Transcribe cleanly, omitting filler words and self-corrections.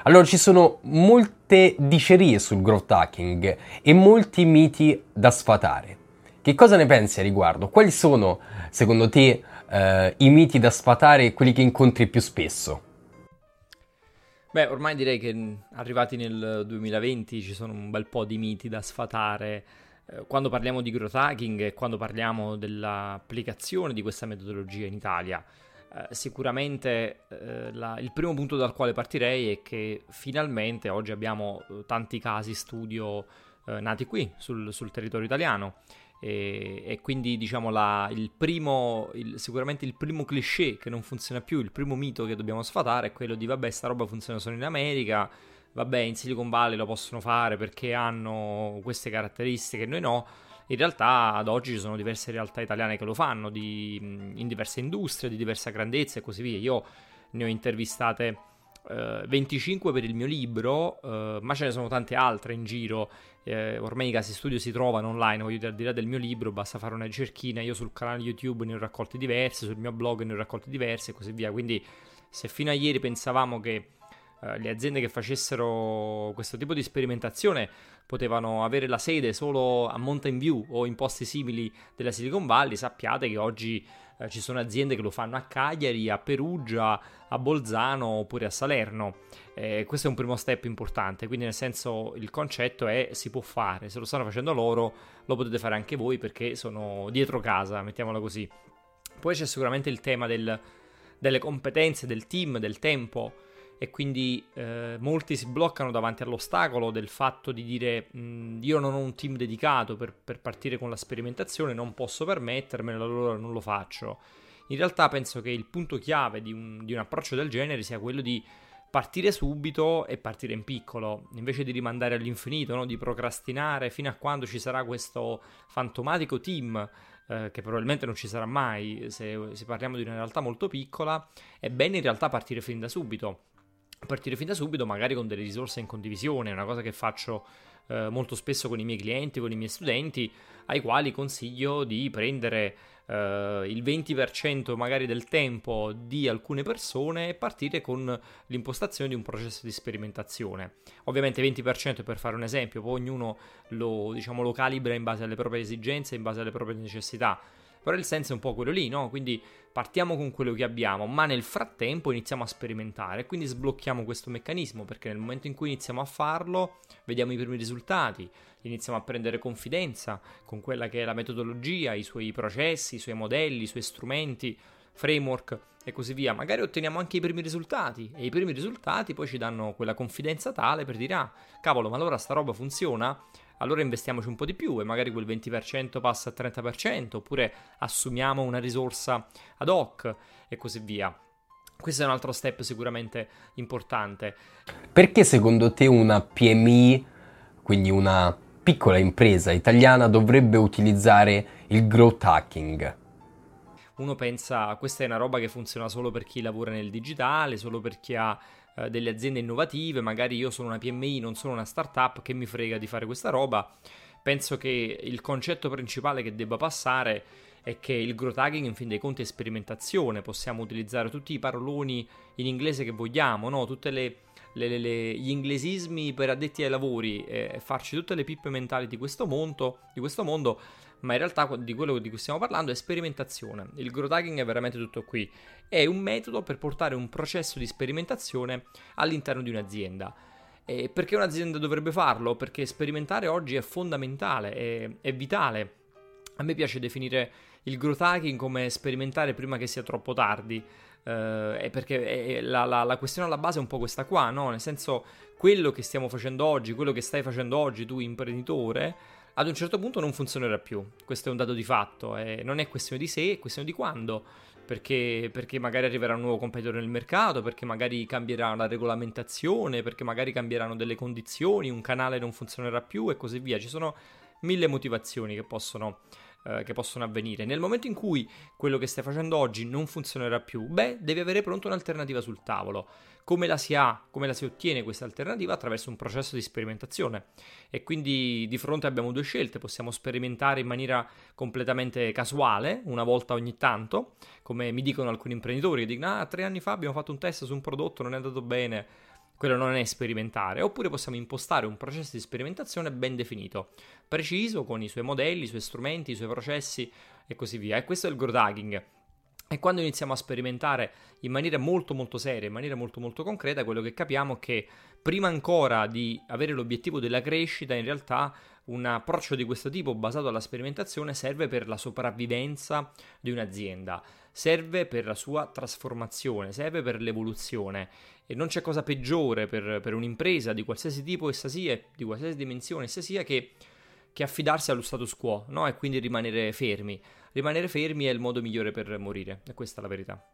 Allora, ci sono molte dicerie sul growth hacking e molti miti da sfatare. Che cosa ne pensi a riguardo? Quali sono, secondo te, i miti da sfatare e quelli che incontri più spesso? Beh, ormai direi che arrivati nel 2020 ci sono un bel po' di miti da sfatare quando parliamo di growth hacking e quando parliamo dell'applicazione di questa metodologia in Italia. Sicuramente il primo punto dal quale partirei è che finalmente oggi abbiamo tanti casi studio nati qui sul territorio italiano e quindi diciamo sicuramente il primo cliché che non funziona più, il primo mito che dobbiamo sfatare è quello di vabbè sta roba funziona solo in America, vabbè in Silicon Valley lo possono fare perché hanno queste caratteristiche e noi no. In realtà ad oggi ci sono diverse realtà italiane che lo fanno in diverse industrie, di diversa grandezza e così via. Io ne ho intervistate 25 per il mio libro, ma ce ne sono tante altre in giro. Ormai i casi studio si trovano online, voglio dire, al di là del mio libro, basta fare una ricerchina. Io sul canale YouTube ne ho raccolti diversi, sul mio blog ne ho raccolti diversi e così via. Quindi, se fino a ieri pensavamo che le aziende che facessero questo tipo di sperimentazione potevano avere la sede solo a Mountain View o in posti simili della Silicon Valley, sappiate che oggi ci sono aziende che lo fanno a Cagliari, a Perugia, a Bolzano oppure a Salerno. Questo è un primo step importante, quindi nel senso il concetto è si può fare, se lo stanno facendo loro lo potete fare anche voi perché sono dietro casa, mettiamola così. Poi c'è sicuramente il tema delle competenze, del team, del tempo e quindi molti si bloccano davanti all'ostacolo del fatto di dire io non ho un team dedicato per partire con la sperimentazione, non posso permettermelo, allora non lo faccio. In realtà penso che il punto chiave di un approccio del genere sia quello di partire subito e partire in piccolo, invece di rimandare all'infinito, no? Di procrastinare fino a quando ci sarà questo fantomatico team che probabilmente non ci sarà mai se parliamo di una realtà molto piccola, è bene in realtà partire fin da subito, magari con delle risorse in condivisione, è una cosa che faccio molto spesso con i miei clienti, con i miei studenti, ai quali consiglio di prendere il 20% magari del tempo di alcune persone e partire con l'impostazione di un processo di sperimentazione. Ovviamente 20% per fare un esempio, poi ognuno lo calibra in base alle proprie esigenze, in base alle proprie necessità. Però il senso è un po' quello lì, no? Quindi partiamo con quello che abbiamo, ma nel frattempo iniziamo a sperimentare, quindi sblocchiamo questo meccanismo, perché nel momento in cui iniziamo a farlo, vediamo i primi risultati, iniziamo a prendere confidenza con quella che è la metodologia, i suoi processi, i suoi modelli, i suoi strumenti, framework e così via. Magari otteniamo anche i primi risultati e i primi risultati poi ci danno quella confidenza tale per dire ah, cavolo, ma allora sta roba funziona? Allora investiamoci un po' di più e magari quel 20% passa al 30%, oppure assumiamo una risorsa ad hoc e così via. Questo è un altro step sicuramente importante. Perché secondo te una PMI, quindi una piccola impresa italiana, dovrebbe utilizzare il growth hacking? Uno pensa questa è una roba che funziona solo per chi lavora nel digitale, solo per chi ha delle aziende innovative, magari io sono una PMI, non sono una startup, che mi frega di fare questa roba. Penso che il concetto principale che debba passare è che il growth hacking in fin dei conti è sperimentazione, possiamo utilizzare tutti i paroloni in inglese che vogliamo, no? Tutte gli inglesismi per addetti ai lavori e farci tutte le pippe mentali di questo mondo, ma in realtà di quello di cui stiamo parlando è sperimentazione. Il growth hacking è veramente tutto qui. È un metodo per portare un processo di sperimentazione all'interno di un'azienda. E perché un'azienda dovrebbe farlo? Perché sperimentare oggi è fondamentale, è vitale. A me piace definire il growth hacking come sperimentare prima che sia troppo tardi. Perché la questione alla base è un po' questa qua, no? Nel senso, quello che stiamo facendo oggi, quello che stai facendo oggi tu imprenditore, ad un certo punto non funzionerà più. Questo è un dato di fatto, non è questione di se, è questione di quando. Perché magari arriverà un nuovo competitor nel mercato, perché magari cambierà la regolamentazione, perché magari cambieranno delle condizioni, un canale non funzionerà più e così via. Ci sono mille motivazioni che possono avvenire. Nel momento in cui quello che stai facendo oggi non funzionerà più, devi avere pronto un'alternativa sul tavolo. Come la si ottiene questa alternativa? Attraverso un processo di sperimentazione. E quindi di fronte abbiamo due scelte: possiamo sperimentare in maniera completamente casuale, una volta ogni tanto, come mi dicono alcuni imprenditori che dicono 3 anni fa abbiamo fatto un test su un prodotto, non è andato bene. quello non è sperimentare. Oppure possiamo impostare un processo di sperimentazione ben definito, preciso, con i suoi modelli, i suoi strumenti, i suoi processi e così via. E questo è il growth hacking. E quando iniziamo a sperimentare in maniera molto molto seria, in maniera molto molto concreta, quello che capiamo è che prima ancora di avere l'obiettivo della crescita, in realtà un approccio di questo tipo basato alla sperimentazione serve per la sopravvivenza di un'azienda, serve per la sua trasformazione, serve per l'evoluzione. E non c'è cosa peggiore per un'impresa di qualsiasi tipo essa sia, di qualsiasi dimensione essa sia, che affidarsi allo status quo, no? E quindi rimanere fermi. Rimanere fermi è il modo migliore per morire, e questa è la verità.